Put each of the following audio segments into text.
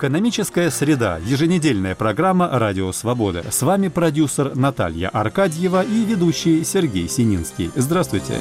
Экономическая среда. Еженедельная программа «Радио Свобода». С вами продюсер Наталья Аркадьева и ведущий Сергей Сининский. Здравствуйте.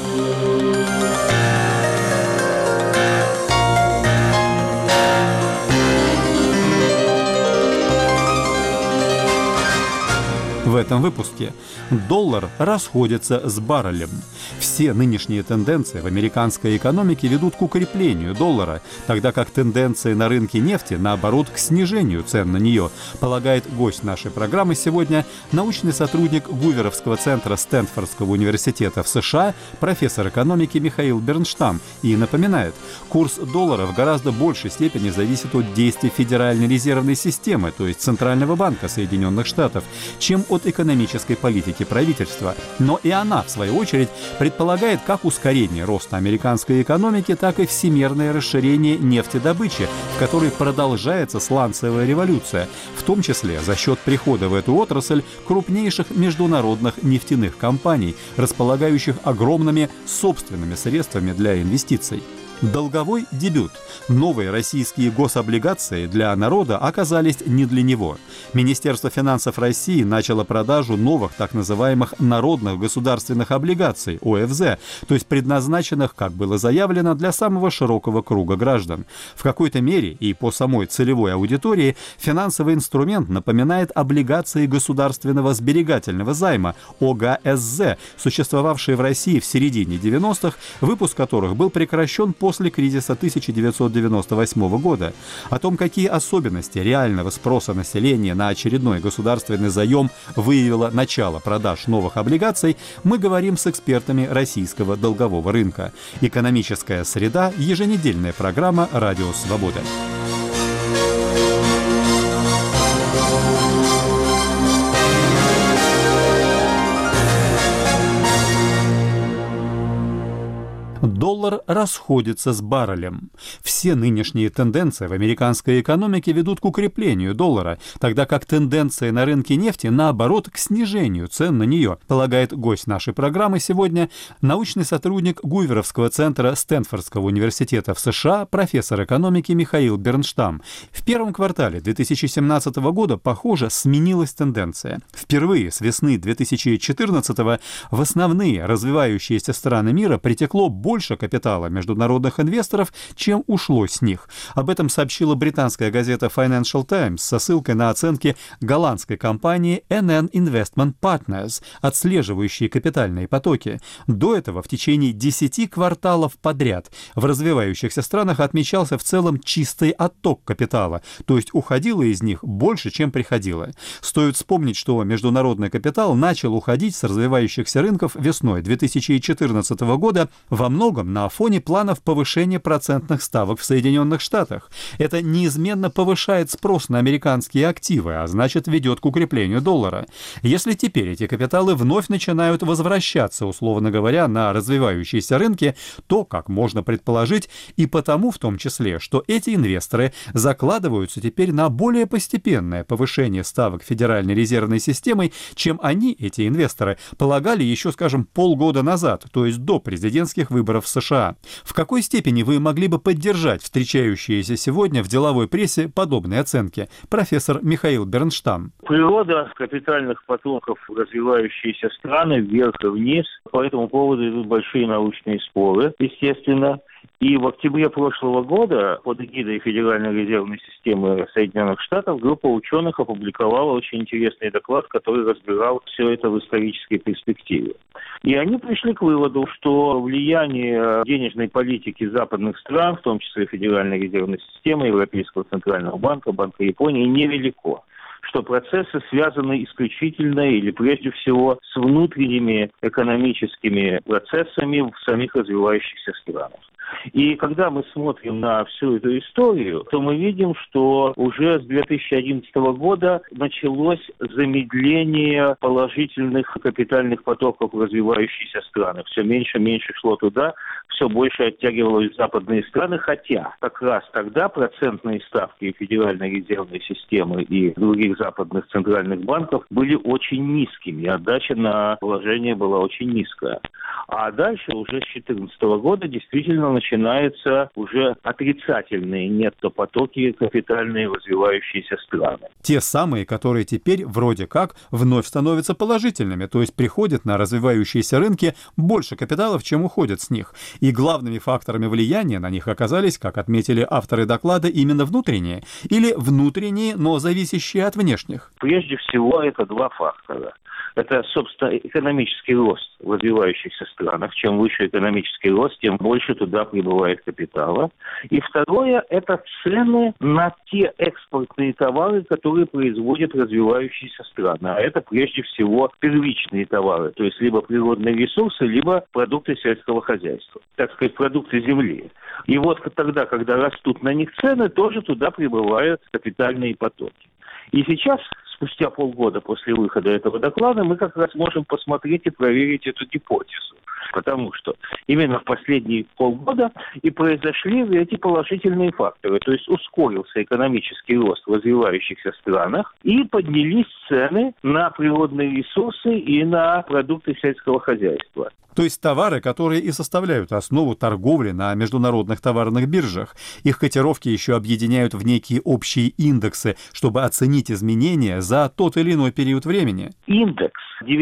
В этом выпуске доллар расходится с баррелем. Все нынешние тенденции в американской экономике ведут к укреплению доллара, тогда как тенденции на рынке нефти, наоборот, к снижению цен на нее, полагает гость нашей программы сегодня, научный сотрудник Гуверовского центра Стэнфордского университета в США, профессор экономики Михаил Бернштам, и напоминает, курс доллара в гораздо большей степени зависит от действий Федеральной резервной системы, то есть Центрального банка Соединенных Штатов, чем от экономической политики правительства. Но и она, в свою очередь, предполагает как ускорение роста американской экономики, так и всемирное расширение нефтедобычи, в которой продолжается сланцевая революция, в том числе за счет прихода в эту отрасль крупнейших международных нефтяных компаний, располагающих огромными собственными средствами для инвестиций. Долговой дебют. Новые российские гособлигации для народа оказались не для него. Министерство финансов России начало продажу новых так называемых народных государственных облигаций, ОФЗ, то есть предназначенных, как было заявлено, для самого широкого круга граждан. В какой-то мере и по самой целевой аудитории финансовый инструмент напоминает облигации государственного сберегательного займа, ОГСЗ, существовавшие в России в середине 90-х, выпуск которых был прекращен после кризиса 1998 года. О том, какие особенности реального спроса населения на очередной государственный заем выявило начало продаж новых облигаций, мы говорим с экспертами российского долгового рынка. Экономическая среда. Еженедельная программа «Радио Свобода». Доллар расходится с баррелем. Все нынешние тенденции в американской экономике ведут к укреплению доллара, тогда как тенденции на рынке нефти, наоборот, к снижению цен на нее, полагает гость нашей программы сегодня, научный сотрудник Гуверовского центра Стэнфордского университета в США, профессор экономики Михаил Бернштам. В первом квартале 2017 года, похоже, сменилась тенденция. Впервые с весны 2014 в основные развивающиеся страны мира притекло больше капитала международных инвесторов, чем ушло с них. Об этом сообщила британская газета Financial Times со ссылкой на оценки голландской компании NN Investment Partners, отслеживающей капитальные потоки. До этого в течение 10 кварталов подряд в развивающихся странах отмечался в целом чистый отток капитала, то есть уходило из них больше, чем приходило. Стоит вспомнить, что международный капитал начал уходить с развивающихся рынков весной 2014 года во многом на фоне планов повышения процентных ставок в Соединенных Штатах. Это неизменно повышает спрос на американские активы, а значит ведет к укреплению доллара. Если теперь эти капиталы вновь начинают возвращаться, условно говоря, на развивающиеся рынки, то, как можно предположить, и потому в том числе, что эти инвесторы закладываются теперь на более постепенное повышение ставок Федеральной резервной системой, чем они, эти инвесторы, полагали еще, скажем, полгода назад, то есть до президентских выборов в США. В какой степени вы могли бы поддержать встречающиеся сегодня в деловой прессе подобные оценки? Профессор Михаил Бернштам. Природа капитальных потоков в развивающиеся страны вверх и вниз. По этому поводу идут большие научные споры, естественно. И в октябре прошлого года под эгидой Федеральной резервной системы Соединенных Штатов группа ученых опубликовала очень интересный доклад, который разбирал все это в исторической перспективе. И они пришли к выводу, что влияние денежной политики западных стран, в том числе Федеральной резервной системы, Европейского центрального банка, Банка Японии, невелико. Что процессы связаны исключительно или прежде всего с внутренними экономическими процессами в самих развивающихся странах. И когда мы смотрим на всю эту историю, то мы видим, что уже с 2011 года началось замедление положительных капитальных потоков в развивающиеся страны. Все меньше и меньше шло туда, все больше оттягивалось в западные страны, хотя как раз тогда процентные ставки Федеральной резервной системы и других западных центральных банков были очень низкими, и отдача на положение была очень низкая. А дальше уже с 2014 года действительно начинаются уже отрицательные нетто-потоки капитальные в развивающиеся страны. Те самые, которые теперь вроде как вновь становятся положительными, то есть приходят на развивающиеся рынки больше капиталов, чем уходит с них. И главными факторами влияния на них оказались, как отметили авторы доклада, именно внутренние или внутренние, но зависящие от внешних. Прежде всего, это два фактора. Это, собственно, экономический рост в развивающихся странах. Чем выше экономический рост, тем больше туда прибывает капитала. И второе – это цены на те экспортные товары, которые производят развивающиеся страны. А это, прежде всего, первичные товары, то есть либо природные ресурсы, либо продукты сельского хозяйства, так сказать, продукты земли. И вот тогда, когда растут на них цены, тоже туда прибывают капитальные потоки. И сейчас, спустя полгода после выхода этого доклада, мы как раз можем посмотреть и проверить эту гипотезу. Потому что именно в последние полгода и произошли эти положительные факторы. То есть ускорился экономический рост в развивающихся странах и поднялись цены на природные ресурсы и на продукты сельского хозяйства. То есть товары, которые и составляют основу торговли на международных товарных биржах. Их котировки еще объединяют в некие общие индексы, чтобы оценить изменения за тот или иной период времени. Индекс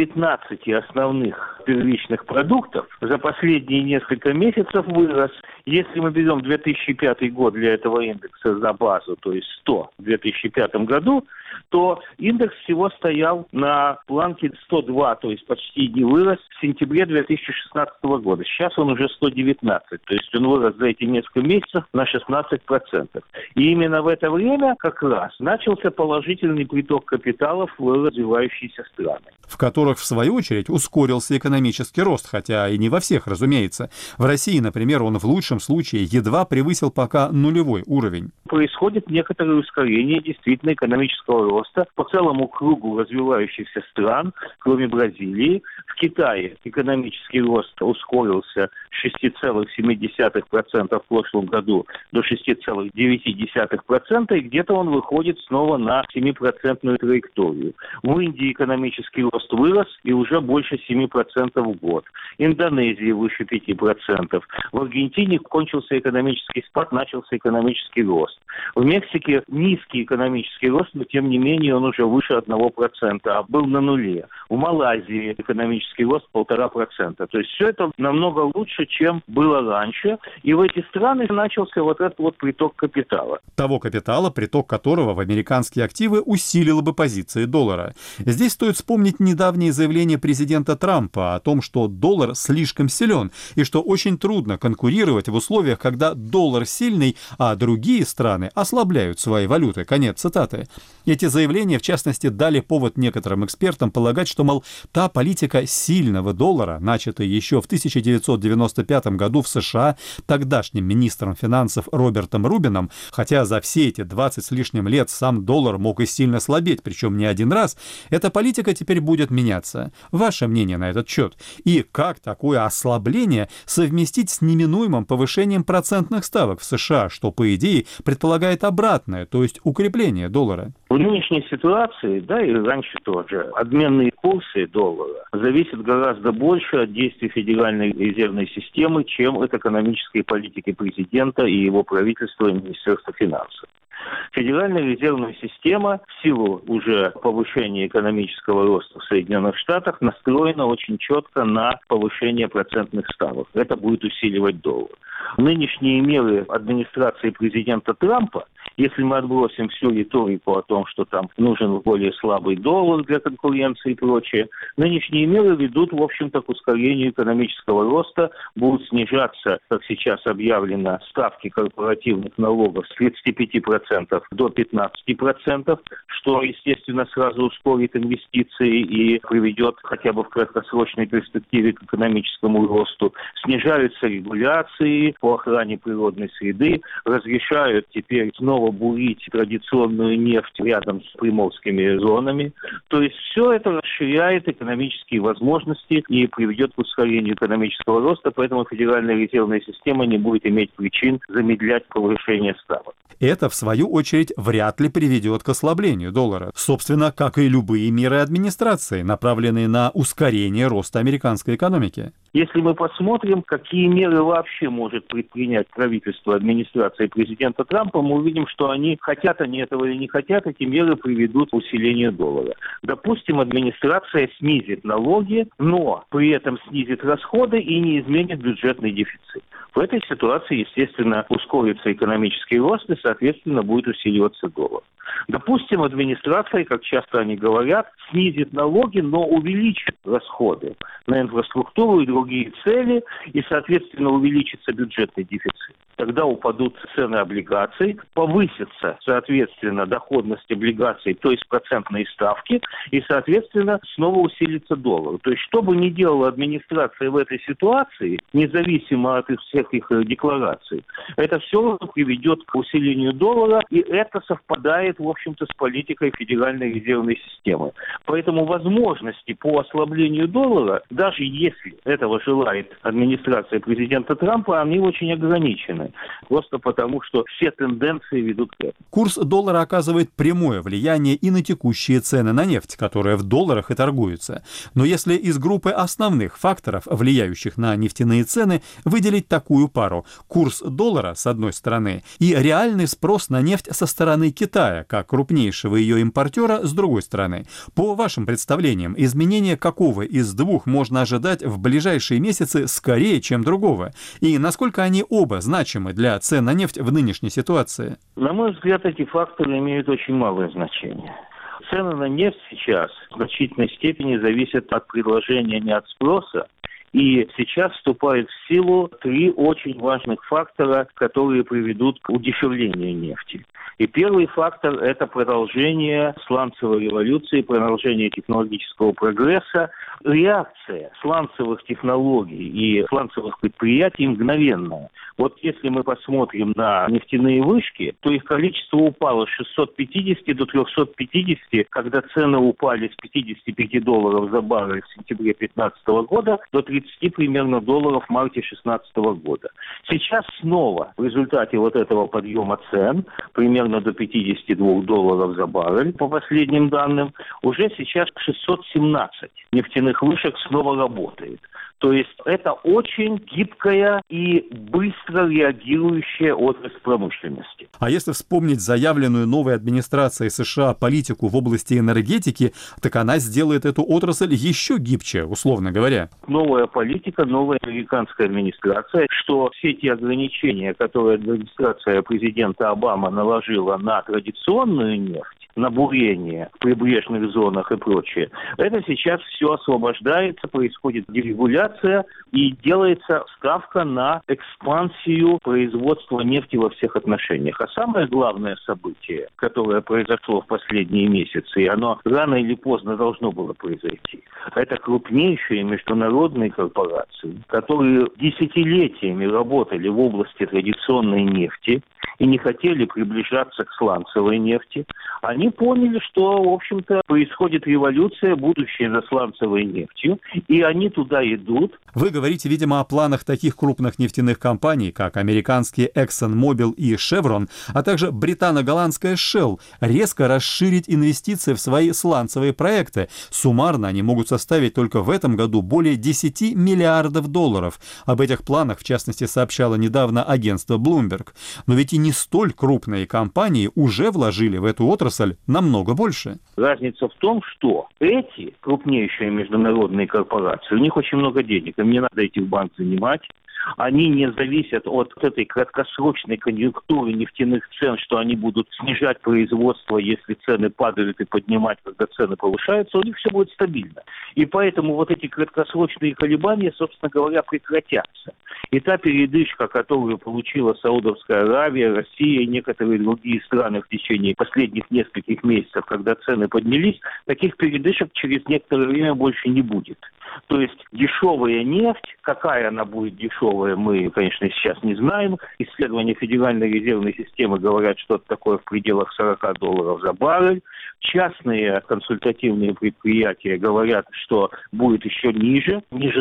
19 основных первичных продуктов за последние несколько месяцев вырос. Если мы берем 2005 год для этого индекса за базу, то есть 100 в 2005 году, то индекс всего стоял на планке 102, то есть почти не вырос в сентябре 2016 года. Сейчас он уже 119, то есть он вырос за эти несколько месяцев на 16%. И именно в это время как раз начался положительный приток капиталов в развивающиеся страны. В которых, в свою очередь, ускорился экономический рост, хотя и не во всех, разумеется. В России, например, он в лучшем случае едва превысил пока нулевой уровень. Происходит некоторое ускорение действительно экономического роста по целому кругу развивающихся стран, кроме Бразилии. В Китае экономический рост ускорился с 6,7% в прошлом году до 6,9%, и где-то он выходит снова на 7% траекторию. В Индии экономический рост вырос и уже больше 7% в год. Индонезии выше 5%. В Аргентине кончился экономический спад, начался экономический рост. В Мексике низкий экономический рост, но тем не менее он уже выше 1%, а был на нуле. В Малайзии экономический рост 1,5%. То есть все это намного лучше, чем было раньше. И в эти страны начался вот этот вот приток капитала. Того капитала, приток которого в американские активы усилило бы позиции доллара. Здесь стоит вспомнить недавнее заявление президента Трампа о том, что доллар слишком силен и что очень трудно конкурировать в условиях, когда доллар сильный, а другие страны ослабляют свои валюты. Конец цитаты. Эти заявления, в частности, дали повод некоторым экспертам полагать, что, мол, та политика сильного доллара, начатая еще в 1995 году в США тогдашним министром финансов Робертом Рубином, хотя за все эти 20 с лишним лет сам доллар мог и сильно слабеть, причем не один раз, эта политика теперь будет меняться. Ваше мнение на этот счет? И как такое ослабление совместить с неминуемым повышением процентных ставок в США, что, по идее, предполагает обратное, то есть укрепление доллара? В нынешней ситуации, да и раньше тоже, обменные курсы доллара зависят гораздо больше от действий Федеральной резервной системы, чем от экономической политики президента и его правительства и Министерства финансов. Федеральная резервная система в силу уже повышения экономического роста в Соединенных Штатах настроена очень четко на повышение процентных ставок. Это будет усиливать доллар. Нынешние меры администрации президента Трампа, если мы отбросим всю риторику о том, что там нужен более слабый доллар для конкуренции и прочее, нынешние меры ведут, в общем-то, к ускорению экономического роста, будут снижаться, как сейчас объявлено, ставки корпоративных налогов с 35% до 15%, что, естественно, сразу ускорит инвестиции и приведет хотя бы в краткосрочной перспективе к экономическому росту. Снижаются регуляции по охране природной среды, разрешают теперь снова снова бурить традиционную нефть рядом с приморскими зонами. То есть все это расширяет экономические возможности и приведет к ускорению экономического роста, поэтому Федеральная резервная система не будет иметь причин замедлять повышение ставок. Это, в свою очередь, вряд ли приведет к ослаблению доллара. Собственно, как и любые меры администрации, направленные на ускорение роста американской экономики. Если мы посмотрим, какие меры вообще может предпринять правительство администрации президента Трампа, мы увидим, что они, хотят они этого или не хотят, эти меры приведут к усилению доллара. Допустим, администрация снизит налоги, но при этом снизит расходы и не изменит бюджетный дефицит. В этой ситуации, естественно, ускорится экономический рост и, соответственно, будет усиливаться доллар. Допустим, администрация, как часто они говорят, снизит налоги, но увеличит расходы на инфраструктуру и другие цели, и, соответственно, увеличится бюджетный дефицит. Тогда упадут цены облигаций, повысится, соответственно, доходность облигаций, то есть процентные ставки, и, соответственно, снова усилится доллар. То есть, что бы ни делала администрация в этой ситуации, независимо от всех их деклараций, это все приведет к усилению доллара, и это совпадает, в общем-то, с политикой Федеральной резервной системы. Поэтому возможности по ослаблению доллара, даже если этого желает администрация президента Трампа, они очень ограничены. Просто потому, что все тенденции ведут к этому. Курс доллара оказывает прямое влияние и на текущие цены на нефть, которые в долларах и торгуются. Но если из группы основных факторов, влияющих на нефтяные цены, выделить такую пару – курс доллара, с одной стороны, и реальный спрос на нефть со стороны Китая, как крупнейшего ее импортера, с другой стороны. По вашим представлениям, изменения какого из двух можно ожидать в ближайшие месяцы скорее, чем другого? И насколько они оба значимы для цен на нефть в нынешней ситуации? На мой взгляд, эти факторы имеют очень малое значение. Цены на нефть сейчас в значительной степени зависят от предложения, не от спроса. И сейчас вступают в силу три очень важных фактора, которые приведут к удешевлению нефти. И первый фактор – это продолжение сланцевой революции, продолжение технологического прогресса. Реакция сланцевых технологий и сланцевых предприятий мгновенная. Вот если мы посмотрим на нефтяные вышки, то их количество упало с 650 до 350, когда цены упали с $55 за баррель в сентябре 2015 года до 30 примерно долларов в марте 2016 года. Сейчас снова в результате вот этого подъема цен, примерно до $52 за баррель, по последним данным, уже сейчас 617 нефтяных вышек снова работает. То есть это очень гибкая и быстро реагирующая отрасль промышленности. А если вспомнить заявленную новой администрацией США политику в области энергетики, так она сделает эту отрасль еще гибче, условно говоря. Новая политика, новая американская администрация, что все эти ограничения, которые администрация президента Обамы наложила на традиционную нефть, на бурение в прибрежных зонах и прочее, это сейчас все освобождается, происходит дерегуляция и делается ставка на экспансию производства нефти во всех отношениях. А самое главное событие, которое произошло в последние месяцы, и оно рано или поздно должно было произойти, это крупнейшие международные корпорации, которые десятилетиями работали в области традиционной нефти и не хотели приближаться к сланцевой нефти. Они поняли, что, в общем-то, происходит революция, будущее за сланцевой нефтью, и они туда идут. Вы говорите, видимо, о планах таких крупных нефтяных компаний, как американские ExxonMobil и Chevron, а также британо-голландская Shell, резко расширить инвестиции в свои сланцевые проекты. Суммарно они могут составить только в этом году более 10 миллиардов долларов. Об этих планах, в частности, сообщало недавно агентство Bloomberg. Но ведь и не столь крупные компании уже вложили в эту отрасль намного больше. Разница в том, что эти крупнейшие международные корпорации, у них очень много денег, им не надо идти в банк занимать. Они не зависят от этой краткосрочной конъюнктуры нефтяных цен, что они будут снижать производство, если цены падают, и поднимать, когда цены повышаются, у них все будет стабильно. И поэтому вот эти краткосрочные колебания, собственно говоря, прекратятся. И та передышка, которую получила Саудовская Аравия, Россия и некоторые другие страны в течение последних нескольких месяцев, когда цены поднялись, таких передышек через некоторое время больше не будет. То есть дешевая нефть, какая она будет дешевая, мы, конечно, сейчас не знаем. Исследования Федеральной резервной системы говорят, что это такое в пределах $40 за баррель. Частные консультативные предприятия говорят, что будет еще ниже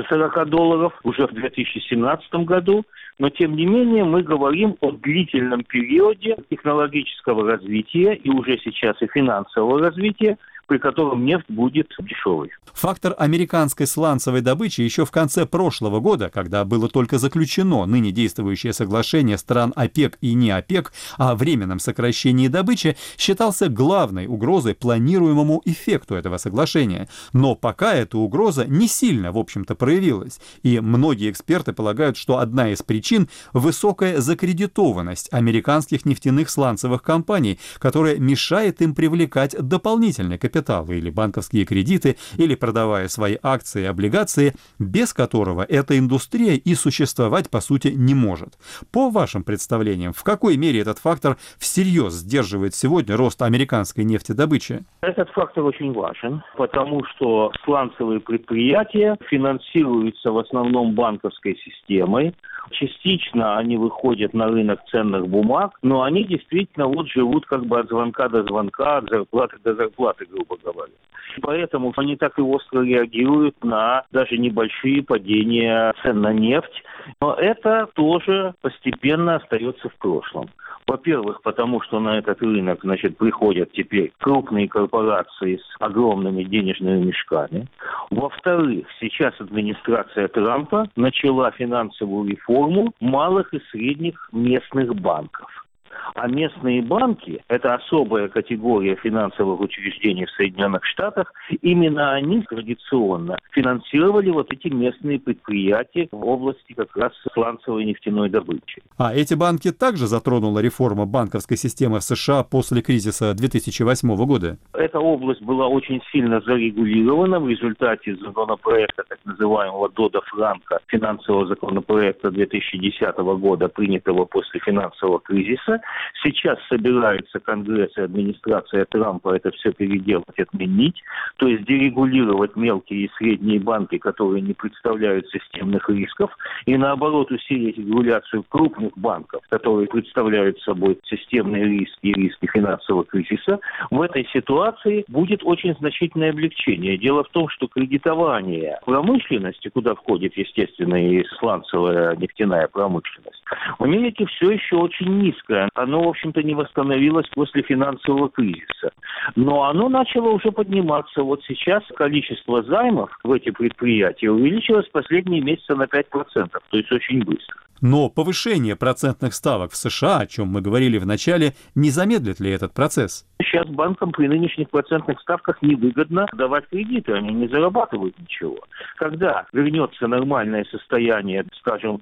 $40 уже в 2017 году. Но, тем не менее, мы говорим о длительном периоде технологического развития и уже сейчас и финансового развития, при котором нефть будет дешевой. Фактор американской сланцевой добычи еще в конце прошлого года, когда было только заключено ныне действующее соглашение стран ОПЕК и не ОПЕК о временном сокращении добычи, считался главной угрозой планируемому эффекту этого соглашения. Но пока эта угроза не сильно, в общем-то, проявилась. И многие эксперты полагают, что одна из причин – высокая закредитованность американских нефтяных сланцевых компаний, которая мешает им привлекать дополнительный капитал или банковские кредиты, или продавая свои акции и облигации, без которого эта индустрия и существовать, по сути, не может. По вашим представлениям, в какой мере этот фактор всерьез сдерживает сегодня рост американской нефтедобычи? Этот фактор очень важен, потому что сланцевые предприятия финансируются в основном банковской системой. Частично они выходят на рынок ценных бумаг, но они действительно живут как бы от звонка до звонка, от зарплаты до зарплаты, грубо говоря. Поэтому они так и остро реагируют на даже небольшие падения цен на нефть. Но это тоже постепенно остается в прошлом. Во-первых, потому что на этот рынок, приходят теперь крупные корпорации с огромными денежными мешками. Во-вторых, сейчас администрация Трампа начала финансовую реформу малых и средних местных банков. А местные банки – это особая категория финансовых учреждений в Соединенных Штатах. Именно они традиционно финансировали эти местные предприятия в области как раз сланцевой нефтяной добычи. А эти банки также затронула реформа банковской системы в США после кризиса 2008 года? Эта область была очень сильно зарегулирована в результате законопроекта, так называемого Додо-Франка, финансового законопроекта 2010 года, принятого после финансового кризиса. Сейчас собирается Конгресс и администрация Трампа это все переделать, отменить, то есть дерегулировать мелкие и средние банки, которые не представляют системных рисков, и наоборот усилить регуляцию крупных банков, которые представляют собой системные риски и риски финансового кризиса. В этой ситуации будет очень значительное облегчение. Дело в том, что кредитование промышленности, куда входит, естественно, и сланцевая нефтяная промышленность, в Америке все еще очень низкое. Оно, в общем-то, не восстановилось после финансового кризиса. Но оно начало уже подниматься. Сейчас количество займов в эти предприятия увеличилось в последние месяцы на 5%, то есть очень быстро. Но повышение процентных ставок в США, о чем мы говорили в начале, не замедлит ли этот процесс? Сейчас банкам при нынешних процентных ставках невыгодно давать кредиты, они не зарабатывают ничего. Когда вернется нормальное состояние, скажем,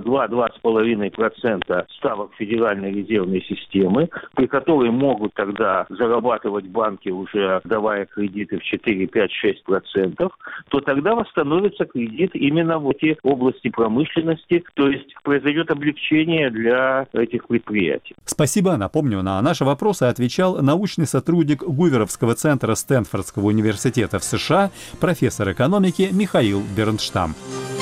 2-2,5% ставок Федеральной резервной системы, при которой могут тогда зарабатывать банки, уже давая кредиты в 4, 5, 6%, то тогда восстановится кредит именно в эти области промышленности, то есть произойдет облегчение для этих предприятий. Спасибо. Напомню, на наши вопросы отвечал научный сотрудник Гуверовского центра Стэнфордского университета в США, профессор экономики Михаил Бернштам.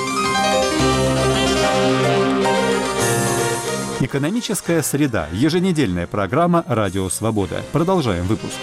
Экономическая среда. Еженедельная программа «Радио Свобода». Продолжаем выпуск.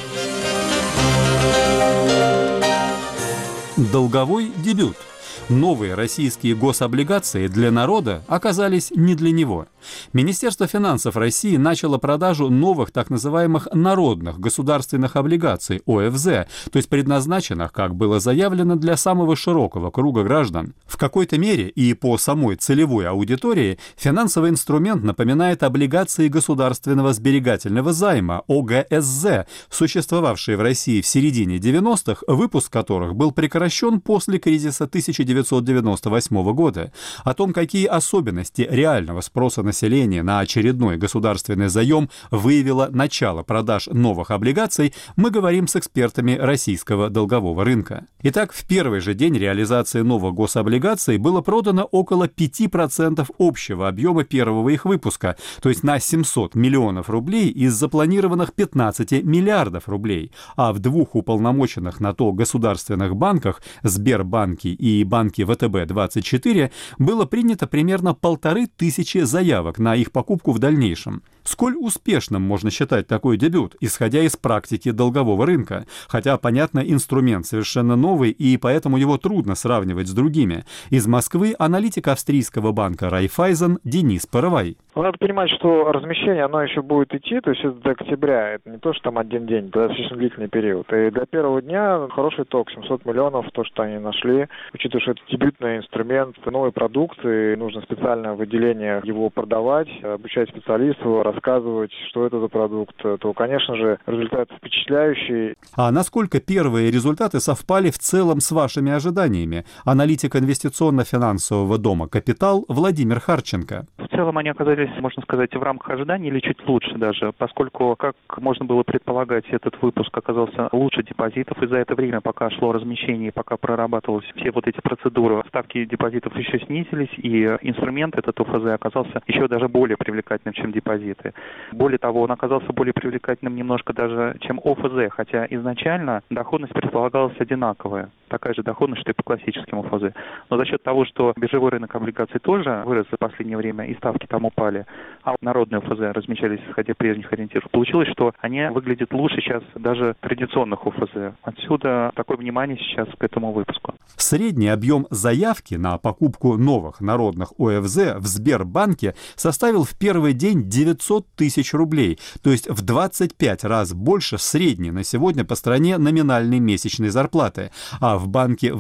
Долговой дебют. Новые российские гособлигации для народа оказались не для него. Министерство финансов России начало продажу новых так называемых народных государственных облигаций ОФЗ, то есть предназначенных, как было заявлено, для самого широкого круга граждан. В какой-то мере и по самой целевой аудитории финансовый инструмент напоминает облигации государственного сберегательного займа ОГСЗ, существовавшие в России в середине 90-х, выпуск которых был прекращен после кризиса 1998 года. О том, какие особенности реального спроса на населения на очередной государственный заем выявило начало продаж новых облигаций, мы говорим с экспертами российского долгового рынка. Итак, в первый же день реализации новых гособлигаций было продано около 5% общего объема первого их выпуска, то есть на 700 миллионов рублей из запланированных 15 миллиардов рублей, а в двух уполномоченных на то государственных банках Сбербанке и банке ВТБ-24 было принято примерно 1500 заявок на их покупку в дальнейшем. Сколь успешным можно считать такой дебют, исходя из практики долгового рынка? Хотя, понятно, инструмент совершенно новый, и поэтому его трудно сравнивать с другими. Из Москвы аналитик австрийского банка Райффайзен Денис Паровай. Надо понимать, что размещение, оно еще будет идти, то есть это до октября, это не то, что там один день, это достаточно длительный период. И для первого дня хороший итог, 700 миллионов, то, что они нашли, учитывая, что это дебютный инструмент, новый продукт, и нужно специальное выделение его продавать, обучать специалистов, рассказывать, что это за продукт, то, конечно же, результат впечатляющий. А насколько первые результаты совпали в целом с вашими ожиданиями? Аналитик инвестиционно-финансового дома «Капитал» Владимир Харченко. В целом они оказались, можно сказать, в рамках ожиданий или чуть лучше даже, поскольку, как можно было предполагать, этот выпуск оказался лучше депозитов, и за это время, пока шло размещение, пока прорабатывались все вот эти процедуры, ставки депозитов еще снизились, и инструмент, этот ОФЗ, оказался еще даже более привлекательным, чем депозиты. Более того, он оказался более привлекательным немножко даже, чем ОФЗ, хотя изначально доходность предполагалась одинаковая, такая же доходность, что и по классическим ОФЗ. Но за счет того, что биржевой рынок облигаций тоже вырос за последнее время, и ставки там упали, а народные ОФЗ размещались исходя прежних ориентиров, получилось, что они выглядят лучше сейчас даже традиционных ОФЗ. Отсюда такое внимание сейчас к этому выпуску. Средний объем заявки на покупку новых народных ОФЗ в Сбербанке составил в первый день 900 тысяч рублей, то есть в 25 раз больше средней на сегодня по стране номинальной месячной зарплаты, а в банке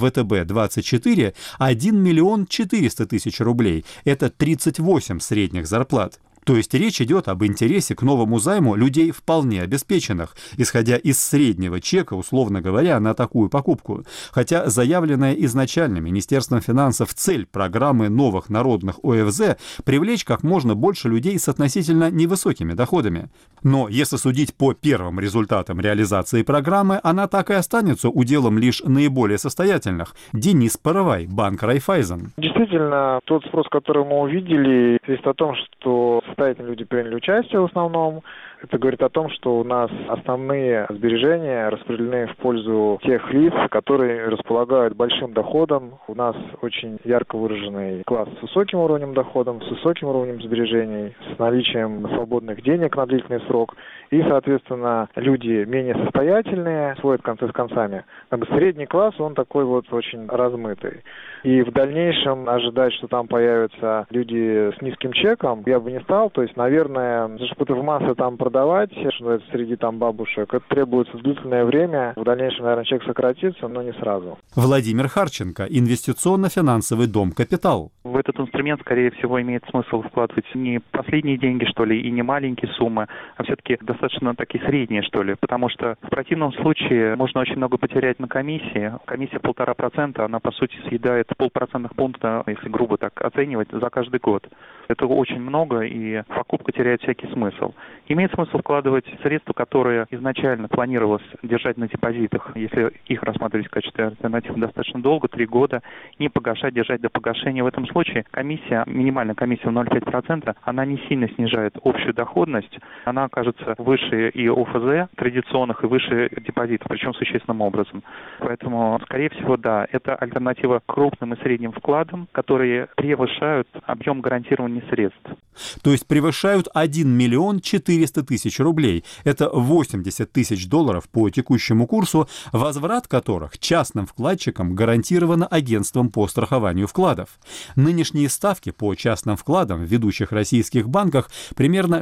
ВТБ-24 1 миллион 400 тысяч рублей, это 38 средних зарплат. То есть речь идет об интересе к новому займу людей вполне обеспеченных, исходя из среднего чека, условно говоря, на такую покупку. Хотя заявленная изначально Министерством финансов цель программы новых народных ОФЗ – привлечь как можно больше людей с относительно невысокими доходами. Но если судить по первым результатам реализации программы, она так и останется уделом лишь наиболее состоятельных. Денис Паровай, банк Райффайзен. Действительно, тот спрос, который мы увидели, говорит о том, что состоятельные люди приняли участие в основном. Это говорит о том, что у нас основные сбережения распределены в пользу тех лиц, которые располагают большим доходом. У нас очень ярко выраженный класс с высоким уровнем дохода, с высоким уровнем сбережений, с наличием свободных денег на длительный срок. И, соответственно, люди менее состоятельные сводят концы с концами. Средний класс, он такой вот очень размытый. И в дальнейшем ожидать, что там появятся люди с низким чеком, я бы не стал. То есть, наверное, чтобы в массы там продавать, что это среди там бабушек, это требуется длительное время. В дальнейшем, наверное, чек сократится, но не сразу. Владимир Харченко, инвестиционно-финансовый дом «Капитал». В этот инструмент, скорее всего, имеет смысл вкладывать не последние деньги, что ли, и не маленькие суммы, а все-таки достаточно такие средние, что ли, потому что в противном случае можно очень много потерять на комиссии. Комиссия 1,5%, она, по сути, съедает полпроцентных пункта, если грубо так оценивать, за каждый год. Это очень много, и покупка теряет всякий смысл. Имеет смысл вкладывать средства, которые изначально планировалось держать на депозитах, если их рассматривать в качестве альтернативы достаточно долго, 3 года, не погашать, держать до погашения. В этом случае комиссия, минимальная комиссия в 0,5%, она не сильно снижает общую доходность, она окажется выше и ОФЗ традиционных, и выше депозитов, причем существенным образом. Поэтому, скорее всего, да, это альтернатива крупным и средним вкладам, которые превышают объем гарантирования средств. То есть превышают 1 миллион 400 тысяч рублей. Это 80 тысяч долларов по текущему курсу, возврат которых частным вкладчикам гарантировано агентством по страхованию вкладов. Нынешние ставки по частным вкладам в ведущих российских банках примерно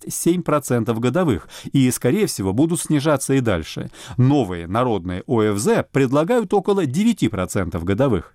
6-7% годовых и, скорее всего, будут снижаться и дальше. Новые народные ОФЗ предлагают около 9% годовых.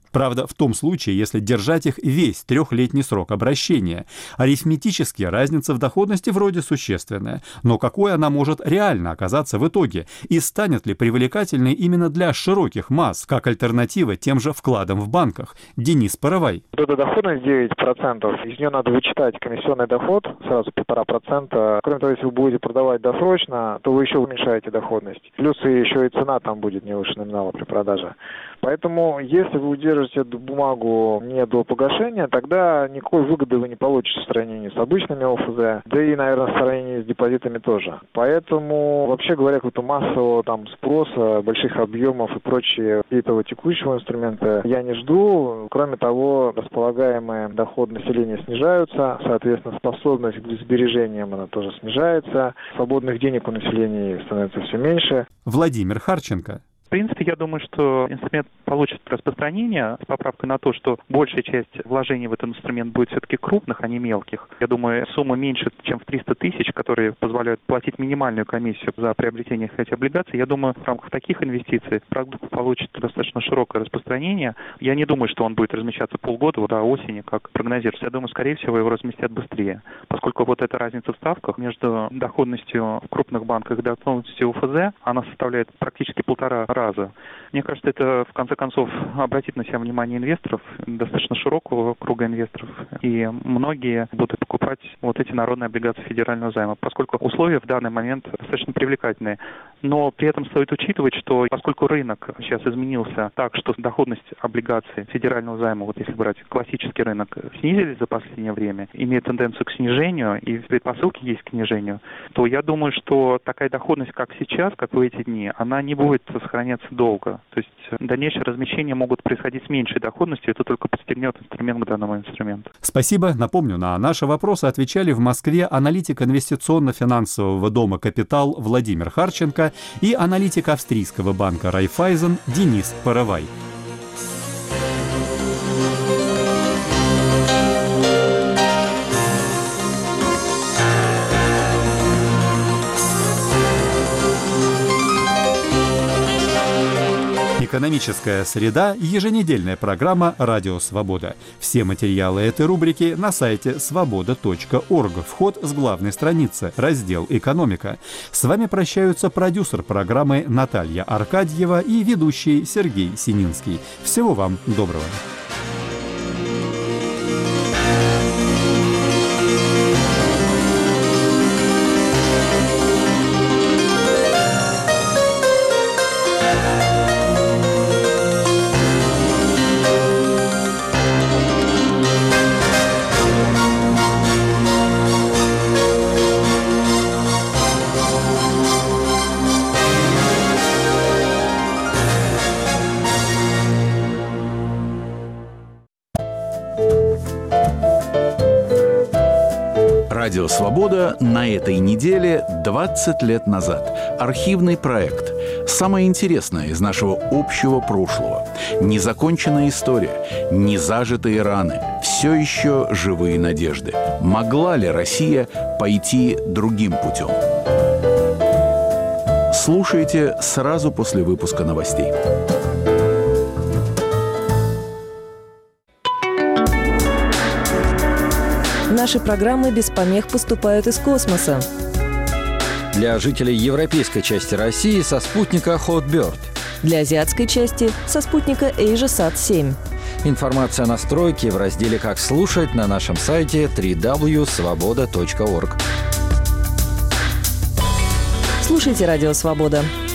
Правда, в том случае, если держать их весь трехлетний срок обращения. Арифметически разница в доходности вроде существенная, но какой она может реально оказаться в итоге? И станет ли привлекательной именно для широких масс, как альтернатива тем же вкладам в банках? Денис Паравай. Вот эта доходность 9%, из нее надо вычитать комиссионный доход, сразу 1,5%. Кроме того, если вы будете продавать досрочно, то вы еще уменьшаете доходность. Плюс еще и цена там будет не выше номинала при продаже. Поэтому, если вы удержите эту бумагу не до погашения, тогда никакой выгоды вы не получите в сравнении с обычными ОФЗ, да и, наверное, в сравнении с депозитами тоже. Поэтому, вообще говоря, какого-то массового там спроса, больших объемов и прочие этого текущего инструмента я не жду. Кроме того, располагаемый доход населения снижаются, соответственно, способность к сбережениям она тоже снижается, свободных денег у населения становится все меньше. Владимир Харченко. В принципе, я думаю, что инструмент получит распространение с поправкой на то, что большая часть вложений в этот инструмент будет все-таки крупных, а не мелких. Я думаю, сумма меньше, чем в 300 тысяч, которые позволяют платить минимальную комиссию за приобретение этих облигаций. Я думаю, в рамках таких инвестиций продукт получит достаточно широкое распространение. Я не думаю, что он будет размещаться полгода до осени, как прогнозируется. Я думаю, скорее всего, его разместят быстрее, поскольку вот эта разница в ставках между доходностью в крупных банках и доходностью УФЗ, она составляет практически 1,5 раза. Мне кажется, это, в конце концов, обратит на себя внимание инвесторов, достаточно широкого круга инвесторов, и многие будут покупать вот эти народные облигации федерального займа, поскольку условия в данный момент достаточно привлекательные. Но при этом стоит учитывать, что поскольку рынок сейчас изменился так, что доходность облигаций федерального займа, вот если брать классический рынок, снизились за последнее время, имеет тенденцию к снижению, и предпосылки есть к снижению, то я думаю, что такая доходность, как сейчас, как в эти дни, она не будет сохраняться долго. То есть дальнейшие размещения могут происходить с меньшей доходностью, это только подстегнет инструмент к данному инструменту. Спасибо. Напомню, на наши вопросы отвечали в Москве аналитик инвестиционно-финансового дома «Капитал» Владимир Харченко и аналитик австрийского банка «Райффайзен» Денис Паравай. «Экономическая среда» – еженедельная программа «Радио Свобода». Все материалы этой рубрики на сайте svoboda.org. Вход с главной страницы, раздел «Экономика». С вами прощаются продюсер программы Наталья Аркадьева и ведущий Сергей Сининский. Всего вам доброго. Радио «Свобода» на этой неделе 20 лет назад. Архивный проект. Самое интересное из нашего общего прошлого. Незаконченная история, незажитые раны, все еще живые надежды. Могла ли Россия пойти другим путем? Слушайте сразу после выпуска новостей. Наши программы без помех поступают из космоса. Для жителей европейской части России со спутника Hotbird. Для азиатской части со спутника AsiaSat-7. Информация о настройке в разделе «Как слушать» на нашем сайте www.svoboda.org. Слушайте «Радио Свобода».